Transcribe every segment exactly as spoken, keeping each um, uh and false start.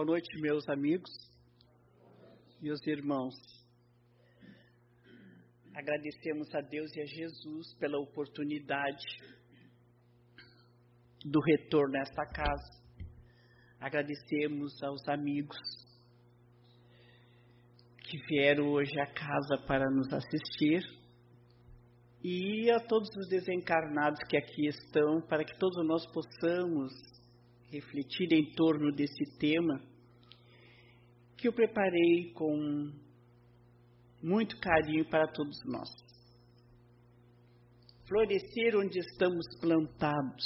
Boa noite, meus amigos, meus irmãos. Agradecemos a Deus e a Jesus pela oportunidade do retorno a esta casa. Agradecemos aos amigos que vieram hoje à casa para nos assistir e a todos os desencarnados que aqui estão, para que todos nós possamos refletir em torno desse tema que eu preparei com muito carinho para todos nós. Florescer onde estamos plantados.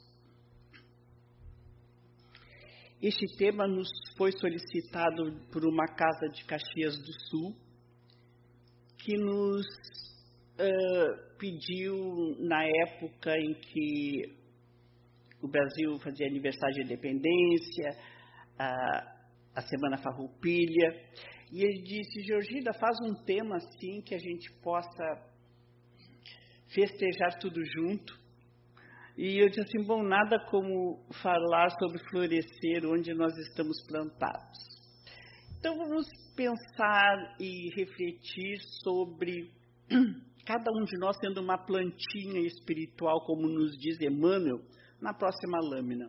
Este tema nos foi solicitado por uma casa de Caxias do Sul, que nos uh, pediu, na época em que o Brasil fazia aniversário de independência, a, a Semana Farroupilha, e ele disse: Georgina, faz um tema assim que a gente possa festejar tudo junto. E eu disse assim: bom, nada como falar sobre florescer onde nós estamos plantados. Então vamos pensar e refletir sobre cada um de nós sendo uma plantinha espiritual, como nos diz Emmanuel na próxima lâmina.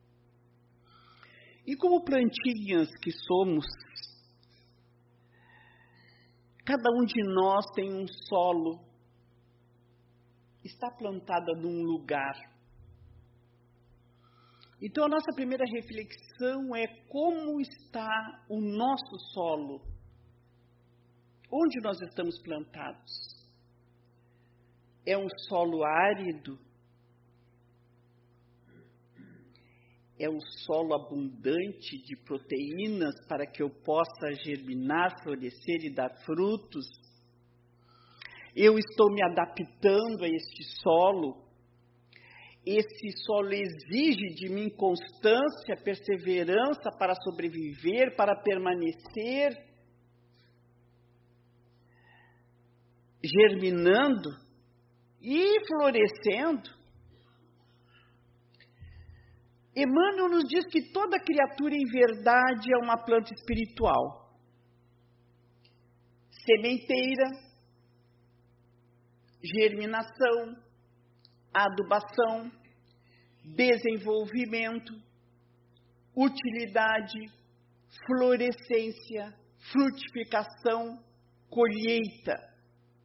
E como plantinhas que somos, cada um de nós tem um solo, está plantada num lugar. Então a nossa primeira reflexão é como está o nosso solo, onde nós estamos plantados. É um solo árido? É um solo abundante de proteínas para que eu possa germinar, florescer e dar frutos? Eu estou me adaptando a este solo? Esse solo exige de mim constância, perseverança para sobreviver, para permanecer germinando e florescendo? Emmanuel nos diz que toda criatura em verdade é uma planta espiritual. Sementeira, germinação, adubação, desenvolvimento, utilidade, florescência, frutificação, colheita.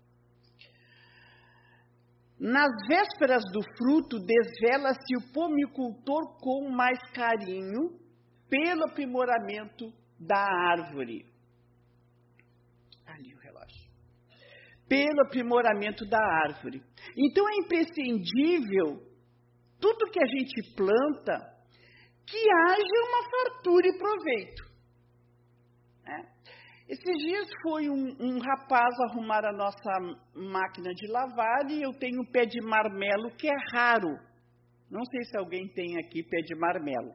Nas vésperas do fruto, desvela-se o pomicultor com mais carinho pelo aprimoramento da árvore. Ali o relógio. Pelo aprimoramento da árvore. Então é imprescindível, tudo que a gente planta, que haja uma fartura e proveito. Né? Esses dias foi um, um rapaz arrumar a nossa máquina de lavar e eu tenho um pé de marmelo que é raro. Não sei se alguém tem aqui pé de marmelo.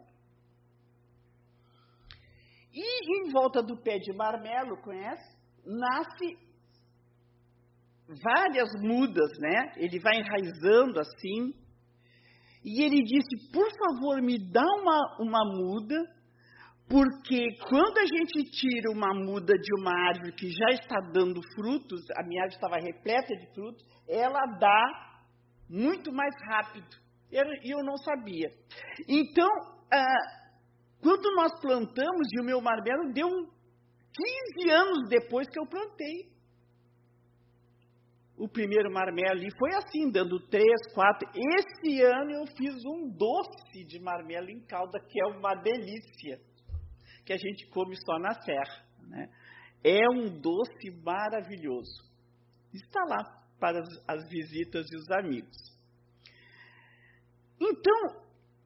E em volta do pé de marmelo, conhece? Nasce várias mudas, né? Ele vai enraizando assim. E ele disse: por favor, me dá uma, uma muda. Porque quando a gente tira uma muda de uma árvore que já está dando frutos, a minha árvore estava repleta de frutos, ela dá muito mais rápido. E eu não sabia. Então, ah, quando nós plantamos, e o meu marmelo deu quinze anos depois que eu plantei. O primeiro marmelo ali foi assim, dando três, quatro. Esse ano eu fiz um doce de marmelo em calda, que é uma delícia, que a gente come só na serra, né? É um doce maravilhoso. Está lá para as, as visitas e os amigos. Então,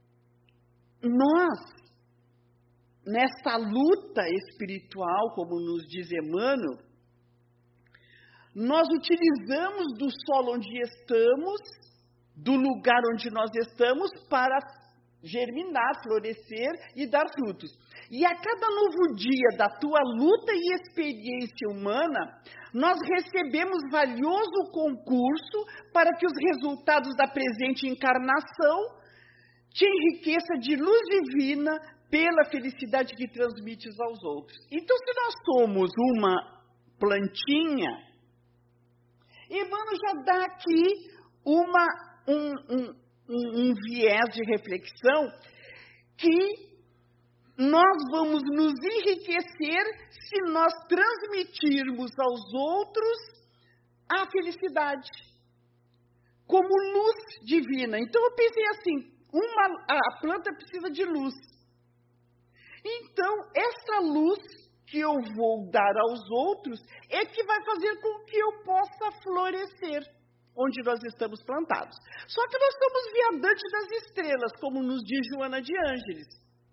nós, nessa luta espiritual, como nos diz Emmanuel, nós utilizamos do solo onde estamos, do lugar onde nós estamos, para germinar, florescer e dar frutos. E a cada novo dia da tua luta e experiência humana, nós recebemos valioso concurso para que os resultados da presente encarnação te enriqueça de luz divina, pela felicidade que transmites aos outros. Então, se nós somos uma plantinha, Emmanuel já dá aqui uma, um, um, um, um viés de reflexão que nós vamos nos enriquecer se nós transmitirmos aos outros a felicidade, como luz divina. Então, eu pensei assim, uma, a planta precisa de luz. Então, essa luz que eu vou dar aos outros é que vai fazer com que eu possa florescer onde nós estamos plantados. Só que nós somos viajantes das estrelas, como nos diz Joana de Ângeles.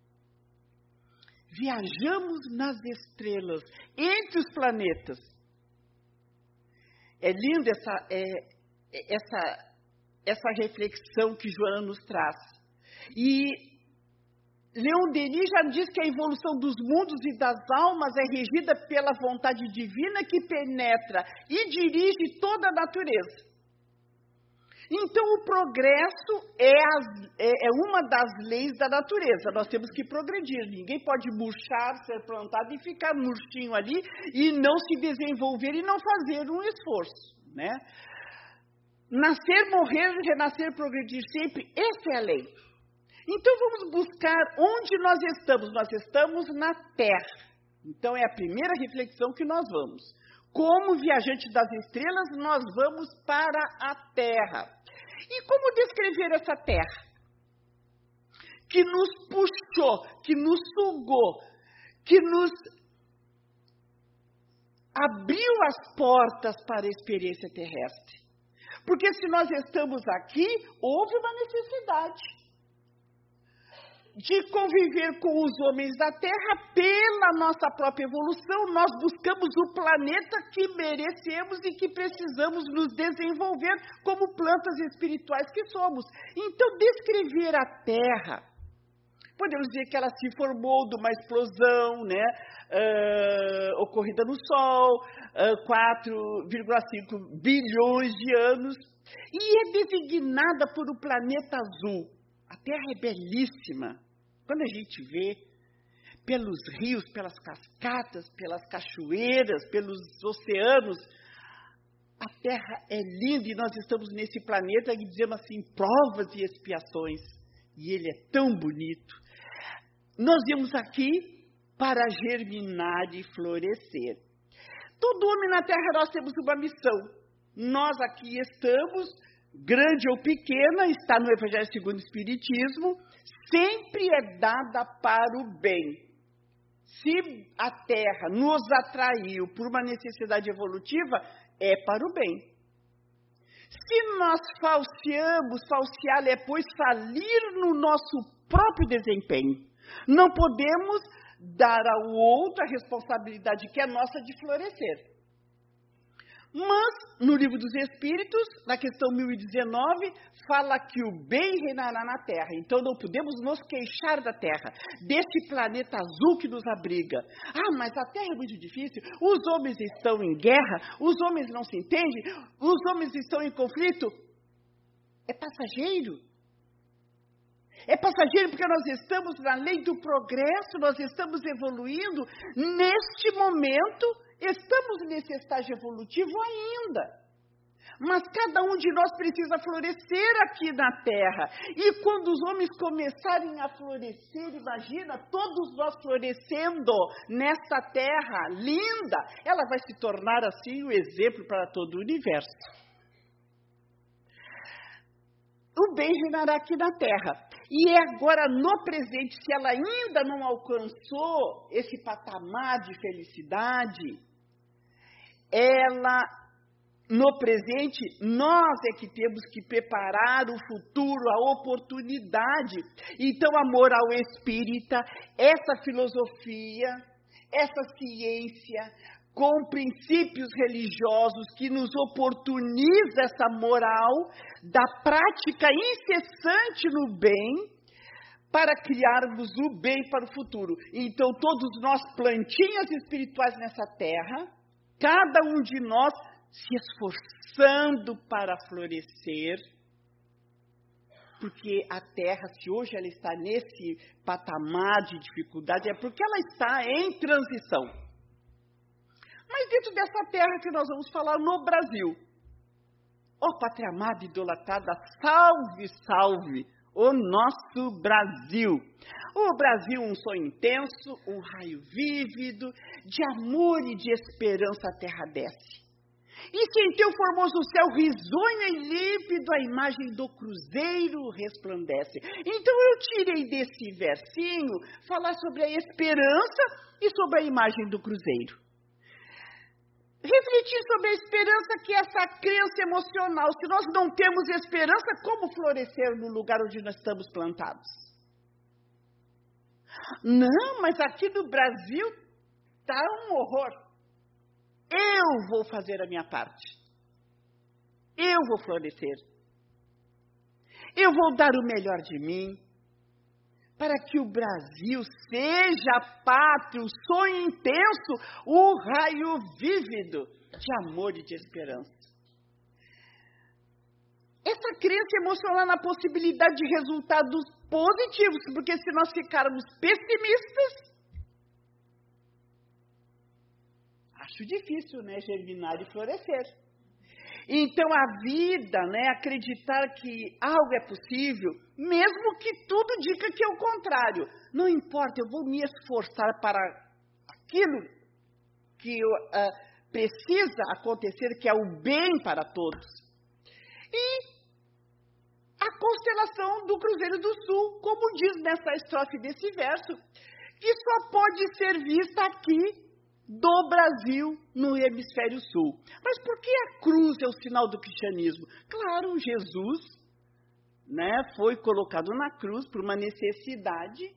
Viajamos nas estrelas, entre os planetas. É linda essa, é, essa, essa reflexão que Joana nos traz. E Leon Denis já diz que a evolução dos mundos e das almas é regida pela vontade divina que penetra e dirige toda a natureza. Então, o progresso é, as, é, é uma das leis da natureza. Nós temos que progredir. Ninguém pode murchar, ser plantado e ficar murchinho ali e não se desenvolver e não fazer um esforço, né? Nascer, morrer, renascer, progredir sempre, essa é a lei. Então, vamos buscar onde nós estamos. Nós estamos na Terra. Então, é a primeira reflexão que nós vamos. Como viajante das estrelas, nós vamos para a Terra. E como descrever essa Terra? Que nos puxou, que nos sugou, que nos abriu as portas para a experiência terrestre. Porque se nós estamos aqui, houve uma necessidade de conviver com os homens da Terra pela nossa própria evolução. Nós buscamos o planeta que merecemos e que precisamos nos desenvolver como plantas espirituais que somos. Então, descrever a Terra, podemos dizer que ela se formou de uma explosão, né, uh, ocorrida no Sol, uh, quatro vírgula cinco bilhões de anos, e é designada por um planeta azul. A Terra é belíssima. Quando a gente vê pelos rios, pelas cascatas, pelas cachoeiras, pelos oceanos, a Terra é linda e nós estamos nesse planeta que dizemos assim, provas e expiações. E ele é tão bonito. Nós viemos aqui para germinar e florescer. Todo homem na Terra nós temos uma missão. Nós aqui estamos, grande ou pequena, está no Evangelho segundo o Espiritismo, sempre é dada para o bem. Se a Terra nos atraiu por uma necessidade evolutiva, é para o bem. Se nós falseamos, falsear é, pois, falir no nosso próprio desempenho. Não podemos dar ao outro a responsabilidade que é nossa de florescer. Mas, no Livro dos Espíritos, na questão mil e dezenove, fala que o bem reinará na Terra. Então, não podemos nos queixar da Terra, desse planeta azul que nos abriga. Ah, mas a Terra é muito difícil, os homens estão em guerra, os homens não se entendem, os homens estão em conflito. É passageiro. É passageiro porque nós estamos na lei do progresso, nós estamos evoluindo. Neste momento, estamos nesse estágio evolutivo ainda. Mas cada um de nós precisa florescer aqui na Terra. E quando os homens começarem a florescer, imagina, todos nós florescendo nesta Terra linda, ela vai se tornar assim o exemplo para todo o universo. O bem reinará aqui na Terra. E é agora no presente, se ela ainda não alcançou esse patamar de felicidade, ela, no presente, nós é que temos que preparar o futuro, a oportunidade. Então, a moral espírita, essa filosofia, essa ciência, com princípios religiosos que nos oportuniza essa moral da prática incessante no bem, para criarmos o bem para o futuro. Então, todos nós, plantinhas espirituais nessa terra, cada um de nós se esforçando para florescer, Porque a Terra, se hoje ela está nesse patamar de dificuldade, é porque ela está em transição. Mas dentro dessa terra que nós vamos falar no Brasil, ó pátria amada idolatrada, salve, salve, o nosso Brasil. O Brasil, um sonho intenso, um raio vívido, de amor e de esperança a terra desce. E que em teu formoso céu risonho e límpido a imagem do cruzeiro resplandece. Então eu tirei desse versinho falar sobre a esperança e sobre a imagem do cruzeiro. Refletir sobre a esperança, que é essa crença emocional. Se nós não temos esperança, como florescer no lugar onde nós estamos plantados? Não, mas aqui no Brasil está um horror. Eu vou fazer a minha parte. Eu vou florescer. Eu vou dar o melhor de mim para que o Brasil seja a pátria, o sonho intenso, o raio vívido de amor e de esperança. Essa crença emocional na possibilidade de resultados positivos, porque se nós ficarmos pessimistas, acho difícil, né, germinar e florescer. Então a vida, né, acreditar que algo é possível, mesmo que tudo diga que é o contrário. Não importa, eu vou me esforçar para aquilo que uh, precisa acontecer, que é o bem para todos. E a constelação do Cruzeiro do Sul, como diz nessa estrofe desse verso, que só pode ser vista aqui do Brasil, no hemisfério sul. Mas por que a cruz é o sinal do cristianismo? Claro, Jesus, né, foi colocado na cruz por uma necessidade,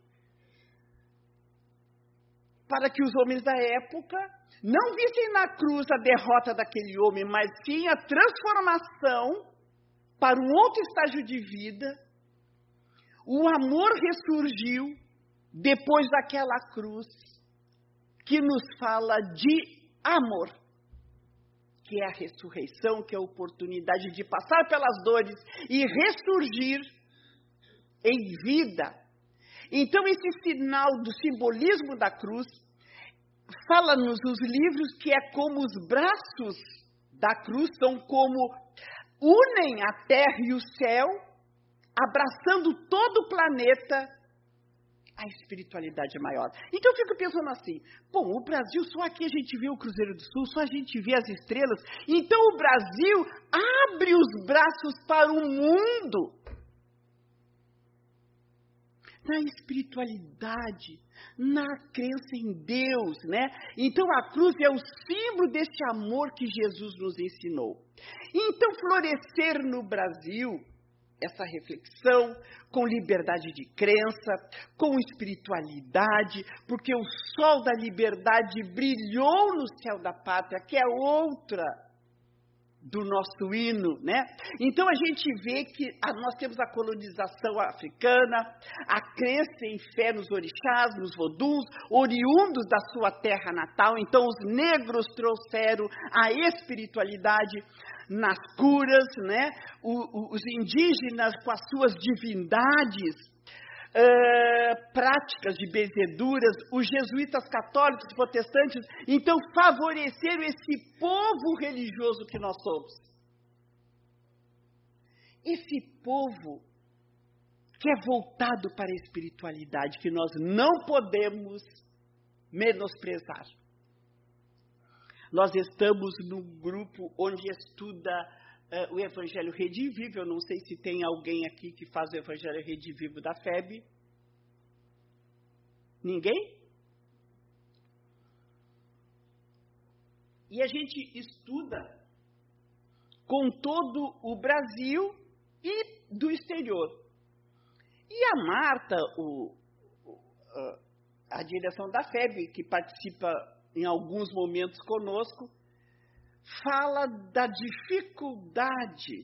para que os homens da época não vissem na cruz a derrota daquele homem, mas sim a transformação para um outro estágio de vida. O amor ressurgiu depois daquela cruz, que nos fala de amor, que é a ressurreição, que é a oportunidade de passar pelas dores e ressurgir em vida. Então, esse sinal do simbolismo da cruz, fala-nos os livros que é como os braços da cruz, são como unem a terra e o céu, abraçando todo o planeta. A espiritualidade é maior. Então eu fico pensando assim, bom, o Brasil, só aqui a gente vê o Cruzeiro do Sul, só a gente vê as estrelas, então o Brasil abre os braços para o mundo. Na espiritualidade, na crença em Deus, né? Então a cruz é o símbolo desse amor que Jesus nos ensinou. Então florescer no Brasil, essa reflexão, com liberdade de crença, com espiritualidade, porque o sol da liberdade brilhou no céu da pátria, que é outra do nosso hino, né? Então a gente vê que a, nós temos a colonização africana, a crença em fé nos orixás, nos voduns, oriundos da sua terra natal. Então os negros trouxeram a espiritualidade nas curas, né? O, o, os indígenas com as suas divindades, uh, práticas de benzeduras, os jesuítas católicos, protestantes, então favoreceram esse povo religioso que nós somos. Esse povo que é voltado para a espiritualidade, que nós não podemos menosprezar. Nós estamos no grupo onde estuda uh, o Evangelho Redivivo. Eu não sei se tem alguém aqui que faz o Evangelho Redivivo da F E B. Ninguém? E a gente estuda com todo o Brasil e do exterior. E a Marta, o, o, a direção da F E B, que participa em alguns momentos conosco, fala da dificuldade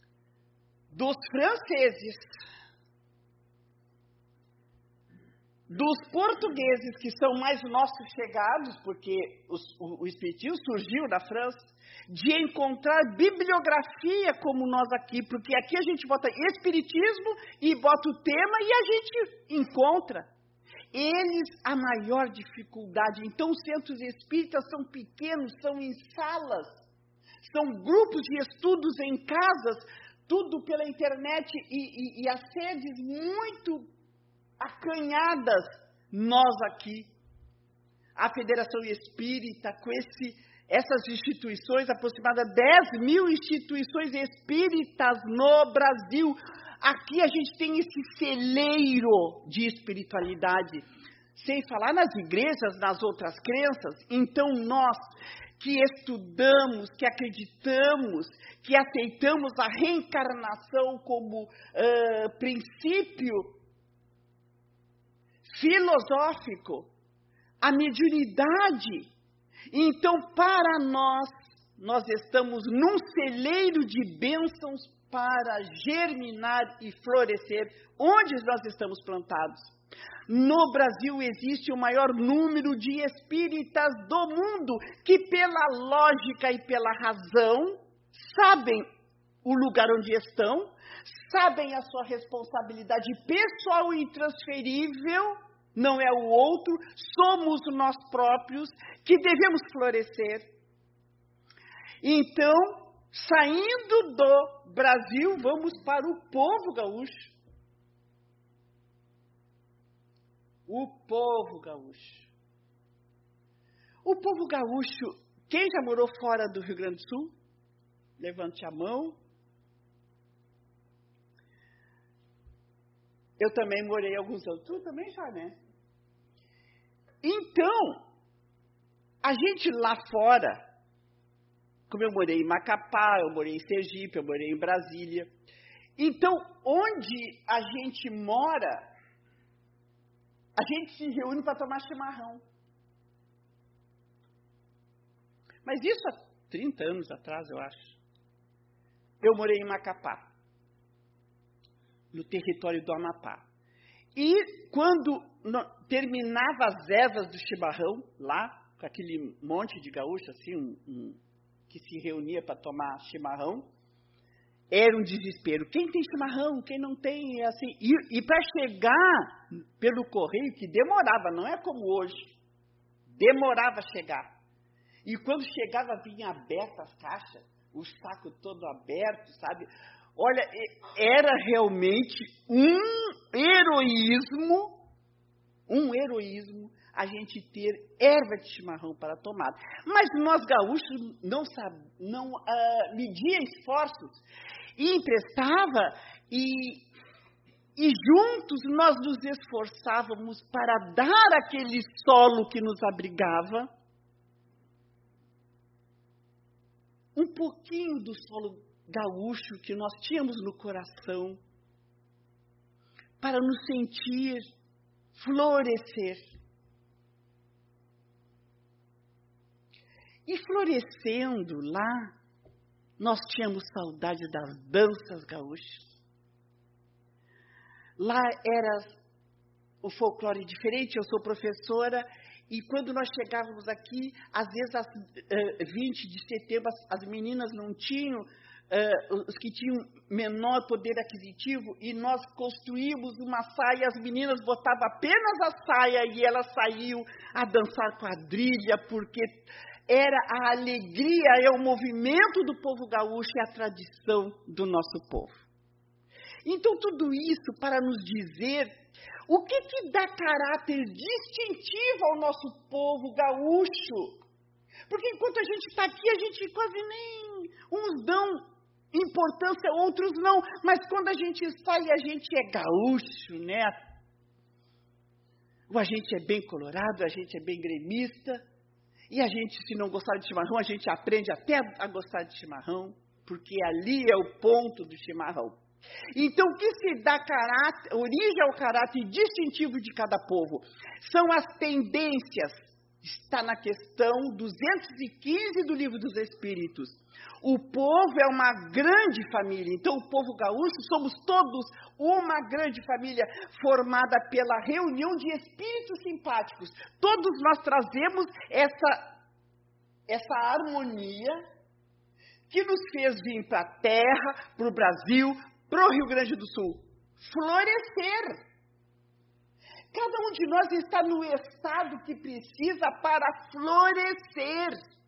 dos franceses dos portugueses que são mais nossos chegados, porque os, o, o Espiritismo surgiu na França, de encontrar bibliografia como nós aqui, porque aqui a gente bota Espiritismo e bota o tema e a gente encontra. Eles, a maior dificuldade. Então, os centros espíritas são pequenos, são em salas, são grupos de estudos em casas, tudo pela internet e, e, e as sedes muito acanhadas. Nós aqui, a Federação Espírita, com esse, essas instituições, aproximadamente dez mil instituições espíritas no Brasil. Aqui a gente tem esse celeiro de espiritualidade, sem falar nas igrejas, nas outras crenças. Então nós que estudamos, que acreditamos, que aceitamos a reencarnação como uh, princípio filosófico, a mediunidade. Então, para nós, nós estamos num celeiro de bênçãos para germinar e florescer onde nós estamos plantados. No Brasil existe o maior número de espíritas do mundo que, pela lógica e pela razão, sabem o lugar onde estão, sabem a sua responsabilidade pessoal e intransferível, não é o outro, somos nós próprios que devemos florescer. Então, saindo do Brasil, vamos para o povo gaúcho. O povo gaúcho. O povo gaúcho, quem já morou fora do Rio Grande do Sul? Levante a mão. Eu também morei alguns anos. Tu também já, né? Então, a gente lá fora, como eu morei em Macapá, eu morei em Sergipe, eu morei em Brasília. Então, onde a gente mora, a gente se reúne para tomar chimarrão. Mas isso há trinta anos atrás, eu acho. Eu morei em Macapá, no território do Amapá. E quando terminava as ervas do chimarrão, lá, com aquele monte de gaúcho, assim, um, um, que se reunia para tomar chimarrão, era um desespero. Quem tem chimarrão? Quem não tem? Assim. E, e para chegar pelo correio, que demorava, não é como hoje, demorava a chegar. E quando chegava, vinha aberta as caixas, o saco todo aberto, sabe? Olha, era realmente um heroísmo, um heroísmo a gente ter erva de chimarrão para tomar. Mas nós gaúchos não, sabe, não uh, media esforços e emprestava e, e juntos nós nos esforçávamos para dar aquele solo que nos abrigava um pouquinho do solo gaúcho que nós tínhamos no coração para nos sentir florescer. E florescendo lá, nós tínhamos saudade das danças gaúchas. Lá era o folclore diferente, eu sou professora, e quando nós chegávamos aqui, às vezes às uh, vinte de setembro, as, as meninas não tinham, uh, os que tinham menor poder aquisitivo, e nós construímos uma saia, as meninas botavam apenas a saia e elas saíam a dançar quadrilha, porque era a alegria, é o movimento do povo gaúcho e a tradição do nosso povo. Então, tudo isso para nos dizer o que, que dá caráter distintivo ao nosso povo gaúcho. Porque enquanto a gente está aqui, a gente quase nem... Uns dão importância, outros não. Mas quando a gente sai, a gente é gaúcho, né? Ou a gente é bem colorado, a gente é bem gremista. E a gente, se não gostar de chimarrão, a gente aprende até a gostar de chimarrão. Porque ali é o ponto do chimarrão. Então, o que se dá caráter, origem ao caráter distintivo de cada povo? São as tendências está na questão duzentos e quinze do Livro dos Espíritos. O povo é uma grande família. Então, o povo gaúcho somos todos uma grande família formada pela reunião de espíritos simpáticos. Todos nós trazemos essa, essa harmonia que nos fez vir para a terra, para o Brasil, para o Rio Grande do Sul. Florescer. Cada um de nós está no estado que precisa para florescer.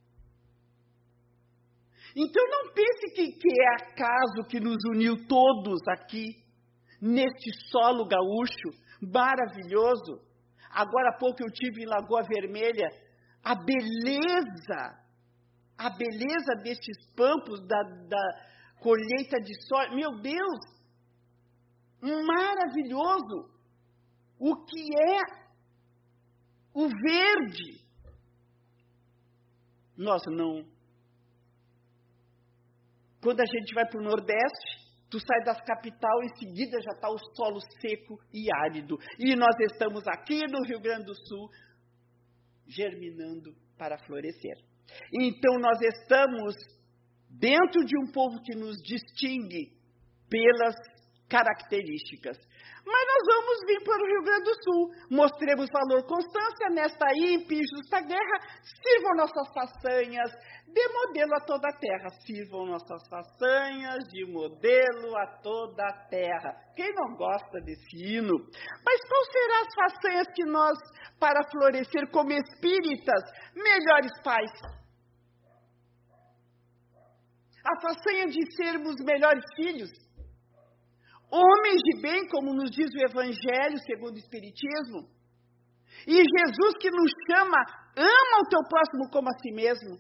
Então não pense que, que é acaso que nos uniu todos aqui, neste solo gaúcho maravilhoso. Agora há pouco eu tive em Lagoa Vermelha a beleza, a beleza destes campos da, da colheita de soja. Meu Deus, maravilhoso! O que é o verde? Nossa, não. Quando a gente vai para o Nordeste, tu sai das capital, em seguida já está o solo seco e árido. E nós estamos aqui no Rio Grande do Sul, germinando para florescer. Então nós estamos dentro de um povo que nos distingue pelas características. Mas nós vamos vir para o Rio Grande do Sul, mostremos valor, constância nesta ímpia e justa guerra, sirvam nossas façanhas de modelo a toda a terra, sirvam nossas façanhas de modelo a toda a terra. Quem não gosta desse hino? Mas quais serão as façanhas que nós, para florescer como espíritas, melhores pais? A façanha de sermos melhores filhos? Homens de bem, como nos diz o Evangelho segundo o Espiritismo. E Jesus que nos chama, ama o teu próximo como a si mesmo.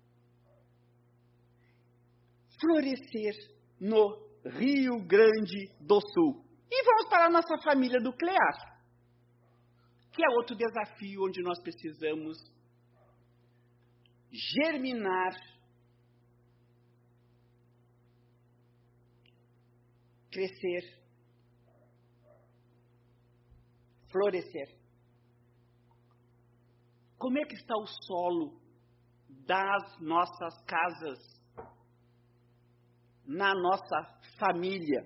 Florescer no Rio Grande do Sul. E vamos para a nossa família nuclear, que é outro desafio onde nós precisamos germinar, crescer, florescer. Como é que está o solo das nossas casas, na nossa família?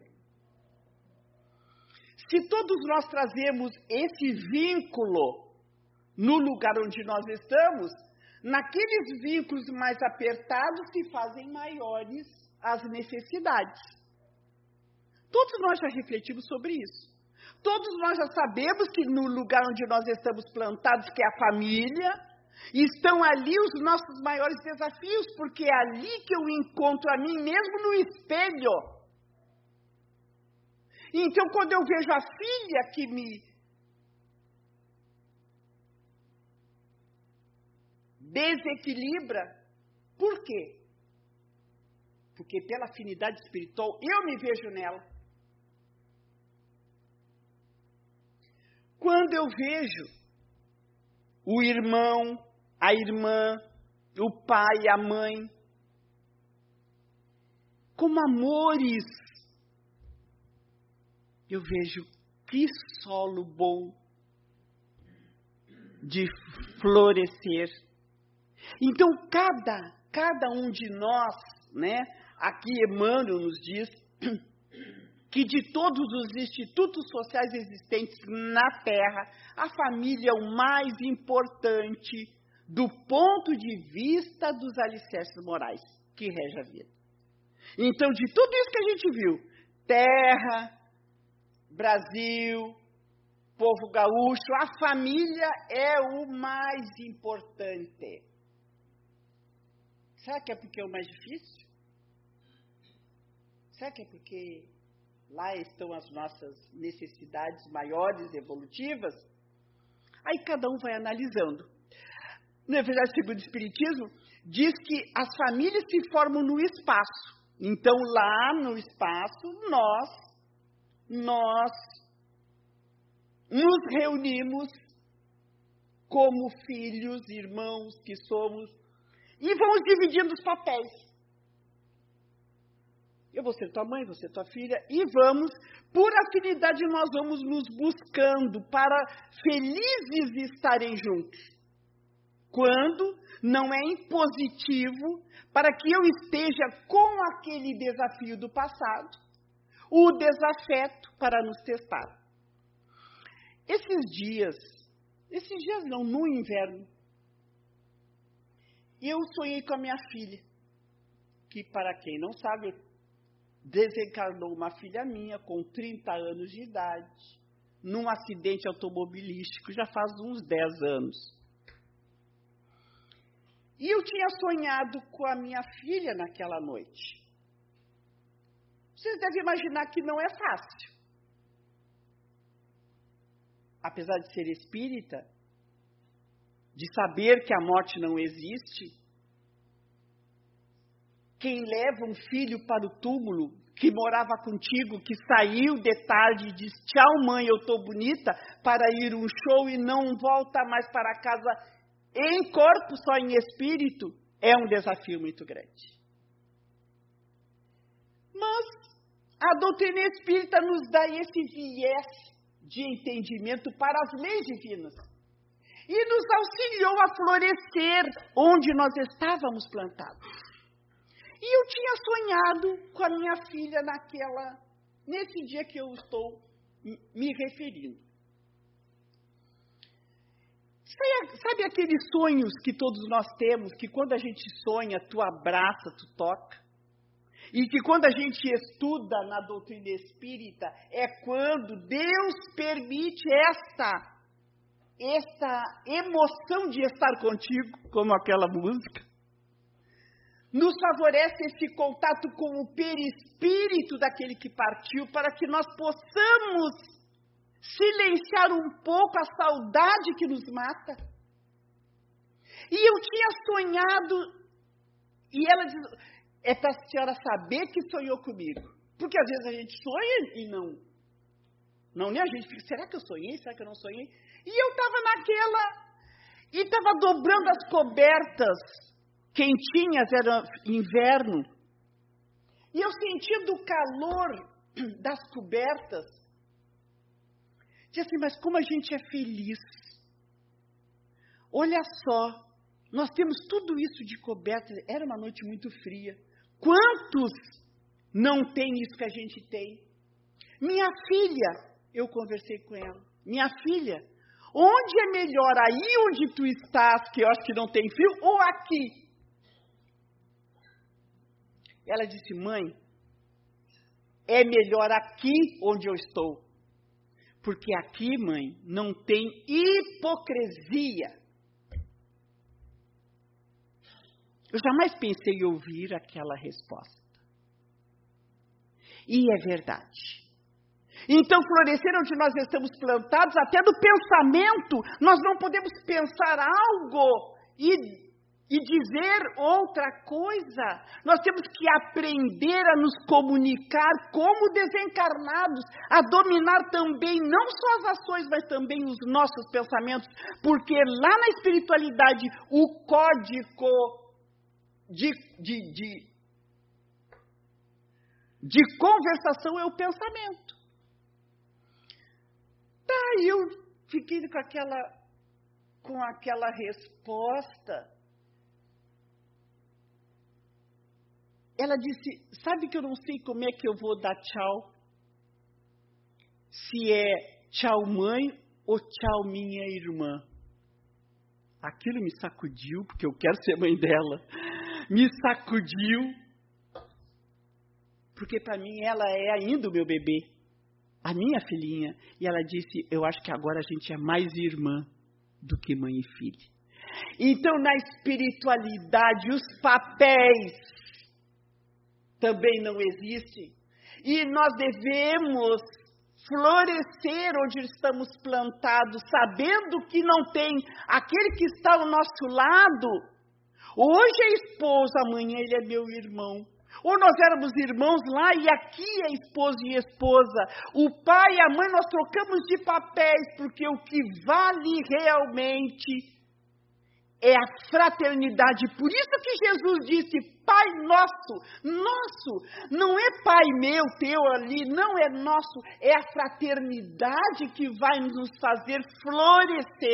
Se todos nós trazemos esse vínculo no lugar onde nós estamos, naqueles vínculos mais apertados se fazem maiores as necessidades. Todos nós já refletimos sobre isso. Todos nós já sabemos que no lugar onde nós estamos plantados, que é a família, estão ali os nossos maiores desafios, porque é ali que eu encontro a mim mesmo no espelho. Então, quando eu vejo a filha que me desequilibra, por quê? Porque pela afinidade espiritual eu me vejo nela. Quando eu vejo o irmão, a irmã, o pai, a mãe, como amores, eu vejo que solo bom de florescer. Então, cada, cada um de nós, né, aqui Emmanuel nos diz que de todos os institutos sociais existentes na Terra, a família é o mais importante do ponto de vista dos alicerces morais que rege a vida. Então, de tudo isso que a gente viu, terra, Brasil, povo gaúcho, a família é o mais importante. Será que é porque é o mais difícil? Será que é porque lá estão as nossas necessidades maiores, evolutivas? Aí cada um vai analisando. No Evangelho segundo o Espiritismo, diz que as famílias se formam no espaço. Então, lá no espaço, nós, nós nos reunimos como filhos, irmãos que somos, e vamos dividindo os papéis. Eu vou ser tua mãe, vou ser tua filha, e vamos, por afinidade, nós vamos nos buscando para felizes estarem juntos. quando não é impositivo para que eu esteja com aquele desafio do passado, o desafeto para nos testar. Esses dias, esses dias não, no inverno, eu sonhei com a minha filha, que para quem não sabe, desencarnou uma filha minha com trinta anos de idade, num acidente automobilístico, já faz uns dez anos. E eu tinha sonhado com a minha filha naquela noite. Vocês devem imaginar que não é fácil. Apesar de ser espírita, de saber que a morte não existe, quem leva um filho para o túmulo, que morava contigo, que saiu de tarde e diz, tchau mãe, eu tô bonita, para ir um show e não volta mais para casa em corpo, só em espírito, é um desafio muito grande. Mas a doutrina espírita nos dá esse viés de entendimento para as leis divinas. E nos auxiliou a florescer onde nós estávamos plantados. E eu tinha sonhado com a minha filha naquela, nesse dia que eu estou me referindo. Sabe, sabe aqueles sonhos que todos nós temos, que quando a gente sonha, tu abraça, tu toca? E que quando a gente estuda na doutrina espírita, é quando Deus permite esta, esta emoção de estar contigo, como aquela música. Nos favorece esse contato com o perispírito daquele que partiu, para que nós possamos silenciar um pouco a saudade que nos mata. E eu tinha sonhado, e ela diz, é para a senhora saber que sonhou comigo. Porque às vezes a gente sonha e não, não nem a gente fica, será que eu sonhei, será que eu não sonhei? E eu estava naquela, e estava dobrando as cobertas, quentinhas, era inverno, e eu sentindo o calor das cobertas, disse assim, mas como a gente é feliz. Olha só, nós temos tudo isso de coberta, era uma noite muito fria. Quantos não tem isso que a gente tem? Minha filha, eu conversei com ela, minha filha, onde é melhor, aí onde tu estás, que eu acho que não tem frio, ou aqui? Ela disse, mãe, é melhor aqui onde eu estou. Porque aqui, mãe, não tem hipocrisia. Eu jamais pensei em ouvir aquela resposta. E é verdade. Então, florescer onde nós estamos plantados, até do pensamento, nós não podemos pensar algo e... E dizer outra coisa, nós temos que aprender a nos comunicar como desencarnados, a dominar também, não só as ações, mas também os nossos pensamentos, porque lá na espiritualidade, o código de, de, de, de conversação é o pensamento. Daí eu fiquei com aquela, com aquela resposta. Ela disse, sabe que eu não sei como é que eu vou dar tchau? Se é tchau mãe ou tchau minha irmã. Aquilo me sacudiu, porque eu quero ser mãe dela. Me sacudiu, porque para mim ela é ainda o meu bebê, a minha filhinha. E ela disse, eu acho que agora a gente é mais irmã do que mãe e filha. Então na espiritualidade os papéis também não existem. E nós devemos florescer onde estamos plantados, sabendo que não tem aquele que está ao nosso lado. Hoje é esposo, amanhã ele é meu irmão. Ou nós éramos irmãos lá e aqui é esposo e esposa. O pai e a mãe nós trocamos de papéis, porque o que vale realmente é a fraternidade. Por isso que Jesus disse, Pai nosso, nosso, não é Pai meu, teu ali, não é nosso, é a fraternidade que vai nos fazer florescer.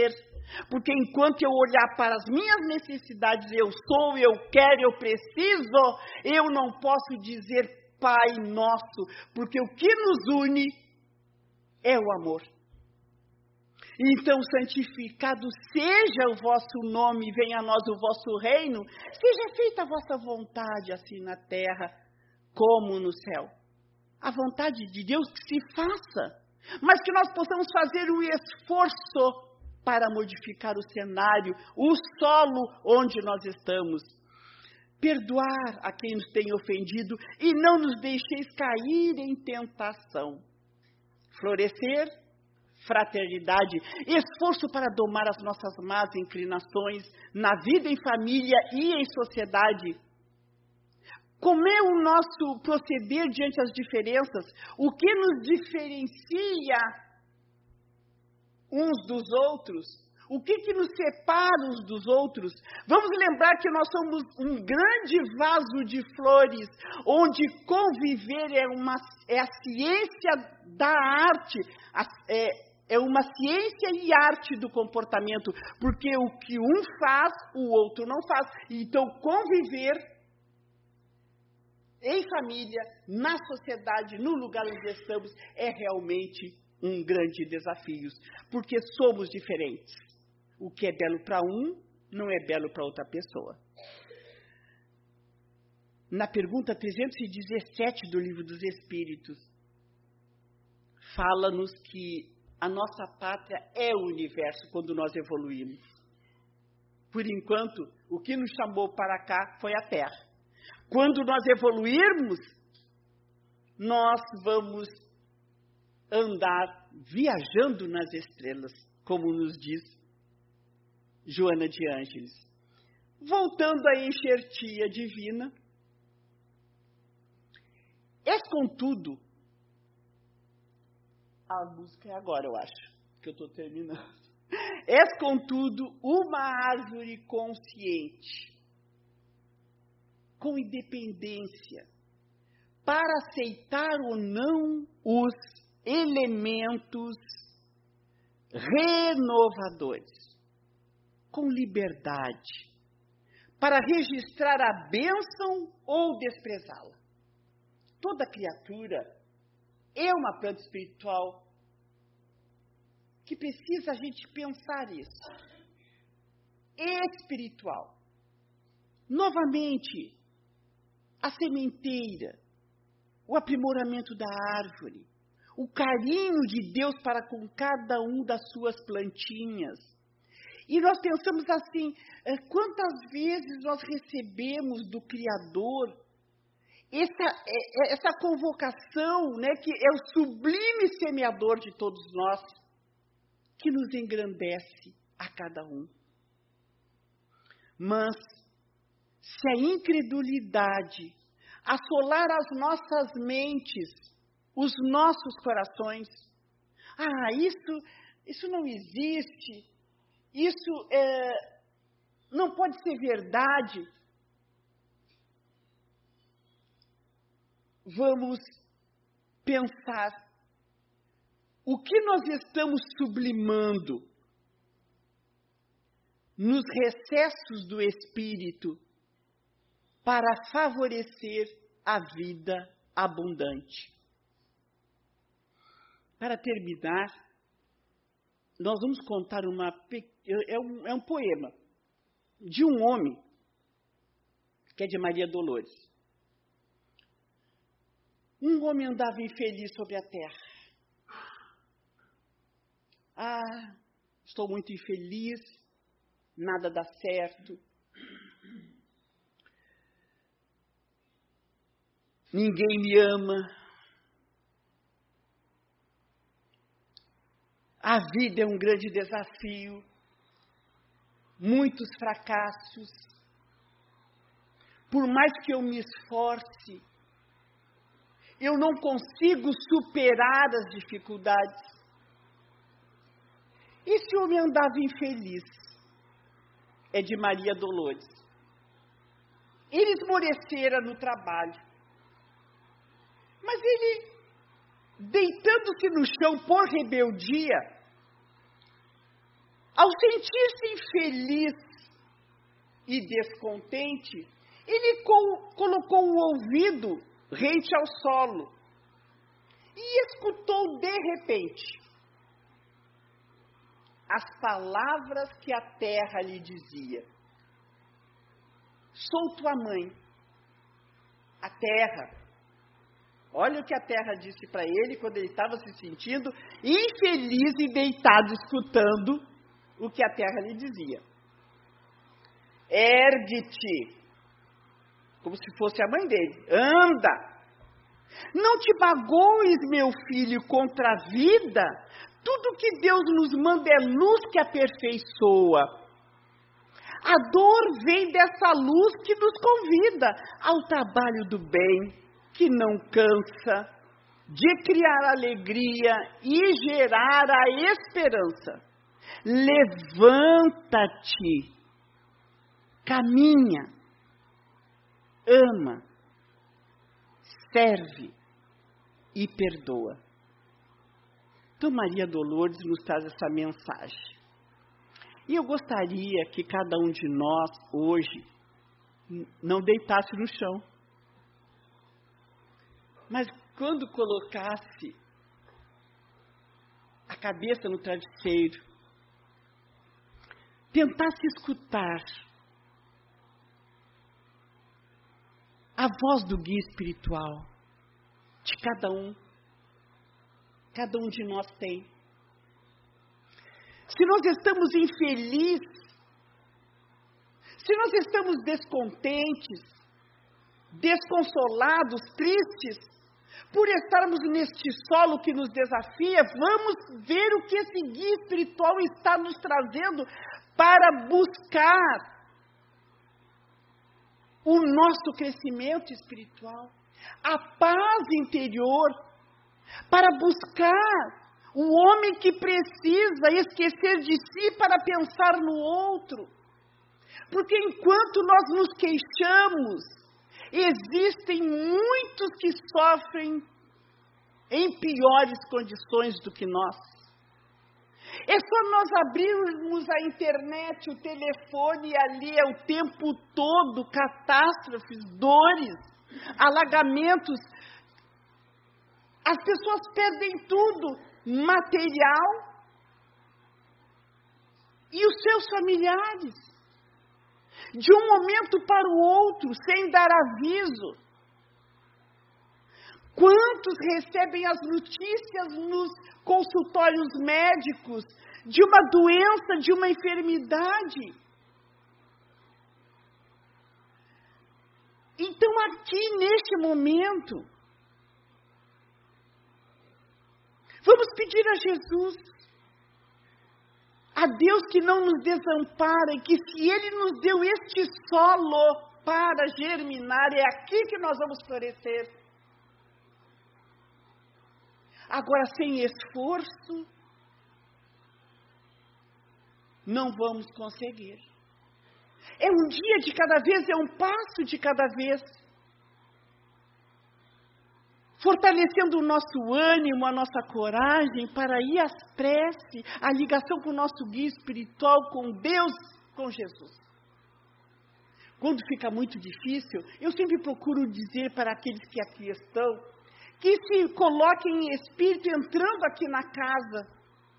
Porque enquanto eu olhar para as minhas necessidades, eu sou, eu quero, eu preciso, eu não posso dizer Pai Nosso, porque o que nos une é o amor. Então, santificado seja o vosso nome, venha a nós o vosso reino, seja feita a vossa vontade, assim na terra como no céu. A vontade de Deus que se faça, mas que nós possamos fazer o esforço para modificar o cenário, o solo onde nós estamos. Perdoar a quem nos tem ofendido e não nos deixeis cair em tentação. Florescer, fraternidade, esforço para domar as nossas más inclinações na vida em família e em sociedade. Como é o nosso proceder diante das diferenças? O que nos diferencia uns dos outros? O que, que nos separa uns dos outros? Vamos lembrar que nós somos um grande vaso de flores, onde conviver é, uma, é a ciência da arte, a, é, é uma ciência e arte do comportamento, porque o que um faz, o outro não faz. Então, conviver em família, na sociedade, no lugar onde estamos, é realmente um grande desafio, porque somos diferentes. O que é belo para um, não é belo para outra pessoa. Na pergunta trezentos e dezessete do Livro dos Espíritos, fala-nos que a nossa pátria é o universo quando nós evoluímos. Por enquanto, o que nos chamou para cá foi a Terra. Quando nós evoluirmos, nós vamos andar viajando nas estrelas, como nos diz Joana de Ângeles. Voltando à enxertia divina, és contudo, a música é agora, eu acho, que eu estou terminando. És contudo uma árvore consciente, com independência, para aceitar ou não os elementos renovadores, com liberdade, para registrar a bênção ou desprezá-la. Toda criatura é uma planta espiritual que precisa a gente pensar isso. Espiritual. Novamente, a sementeira, o aprimoramento da árvore, o carinho de Deus para com cada um das suas plantinhas. E nós pensamos assim, quantas vezes nós recebemos do Criador essa, essa convocação, né, que é o sublime semeador de todos nós, que nos engrandece a cada um. Mas, se a incredulidade assolar as nossas mentes, os nossos corações, ah, isso, isso não existe, isso é, não pode ser verdade, vamos pensar o que nós estamos sublimando nos recessos do espírito para favorecer a vida abundante. Para terminar, nós vamos contar uma é um, é um poema de um homem que é de Maria Dolores. Um homem andava infeliz sobre a terra. Ah, estou muito infeliz, nada dá certo. Ninguém me ama. A vida é um grande desafio. Muitos fracassos. Por mais que eu me esforce, eu não consigo superar as dificuldades. Esse homem andava infeliz. É de Maria Dolores. Ele esmorecera no trabalho. Mas ele, deitando-se no chão por rebeldia, Ao sentir-se infeliz e descontente, ele co- colocou o ouvido rente ao solo e escutou de repente as palavras que a terra lhe dizia. Sou tua mãe. A terra. Olha o que a terra disse para ele quando ele estava se sentindo infeliz e deitado, escutando o que a terra lhe dizia. Ergue-te. Como se fosse a mãe dele. Anda. Não te magoes, meu filho, contra a vida. Tudo que Deus nos manda é luz que aperfeiçoa. A dor vem dessa luz que nos convida ao trabalho do bem, que não cansa, de criar alegria e gerar a esperança. Levanta-te, caminha, ama, serve e perdoa. Então, Maria Dolores nos traz essa mensagem. E eu gostaria que cada um de nós, hoje, não deitasse no chão. Mas quando colocasse a cabeça no travesseiro, tentasse escutar a voz do guia espiritual de cada um. Cada um de nós tem. Se nós estamos infelizes, se nós estamos descontentes, desconsolados, tristes, por estarmos neste solo que nos desafia, vamos ver o que esse guia espiritual está nos trazendo para buscar o nosso crescimento espiritual, a paz interior, para buscar o homem que precisa esquecer de si para pensar no outro. Porque enquanto nós nos queixamos, existem muitos que sofrem em piores condições do que nós. É só nós abrirmos a internet, o telefone, e ali é o tempo todo catástrofes, dores, alagamentos. As pessoas perdem tudo, material e os seus familiares. De um momento para o outro, sem dar aviso. Quantos recebem as notícias nos consultórios médicos de uma doença, de uma enfermidade? Então, aqui neste momento, vamos pedir a Jesus, a Deus que não nos desampara, e que se Ele nos deu este solo para germinar, é aqui que nós vamos florescer. Agora, sem esforço, não vamos conseguir. É um dia de cada vez, é um passo de cada vez. Fortalecendo o nosso ânimo, a nossa coragem para ir às preces, a ligação com o nosso guia espiritual, com Deus, com Jesus. Quando fica muito difícil, eu sempre procuro dizer para aqueles que aqui estão, que se coloquem em espírito entrando aqui na casa,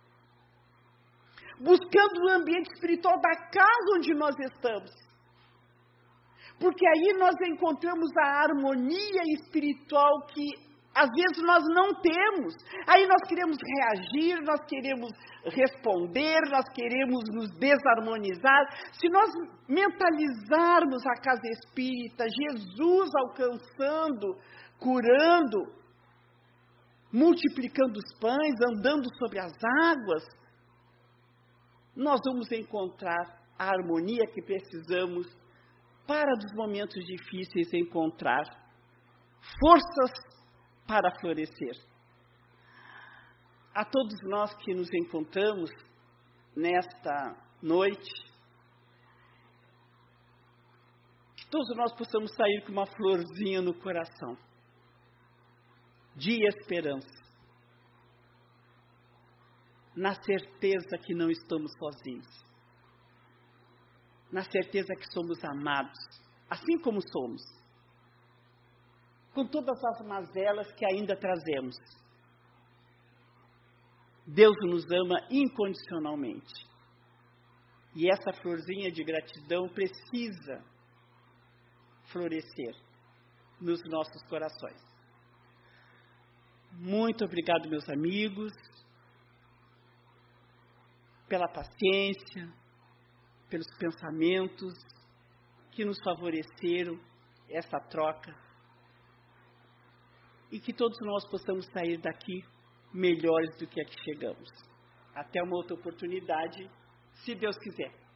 buscando o ambiente espiritual da casa onde nós estamos. Porque aí nós encontramos a harmonia espiritual que às vezes nós não temos. Aí nós queremos reagir, nós queremos responder, nós queremos nos desarmonizar. Se nós mentalizarmos a casa espírita, Jesus alcançando, curando, multiplicando os pães, andando sobre as águas, nós vamos encontrar a harmonia que precisamos para, dos momentos difíceis, encontrar forças para florescer. A todos nós que nos encontramos nesta noite, que todos nós possamos sair com uma florzinha no coração, de esperança. na certeza que não estamos sozinhos, na certeza que somos amados, assim como somos, com todas as mazelas que ainda trazemos. Deus nos ama incondicionalmente. E essa florzinha de gratidão precisa florescer nos nossos corações. Muito obrigado, meus amigos, pela paciência, pelos pensamentos que nos favoreceram essa troca. E que todos nós possamos sair daqui melhores do que aqui chegamos. Até uma outra oportunidade, se Deus quiser.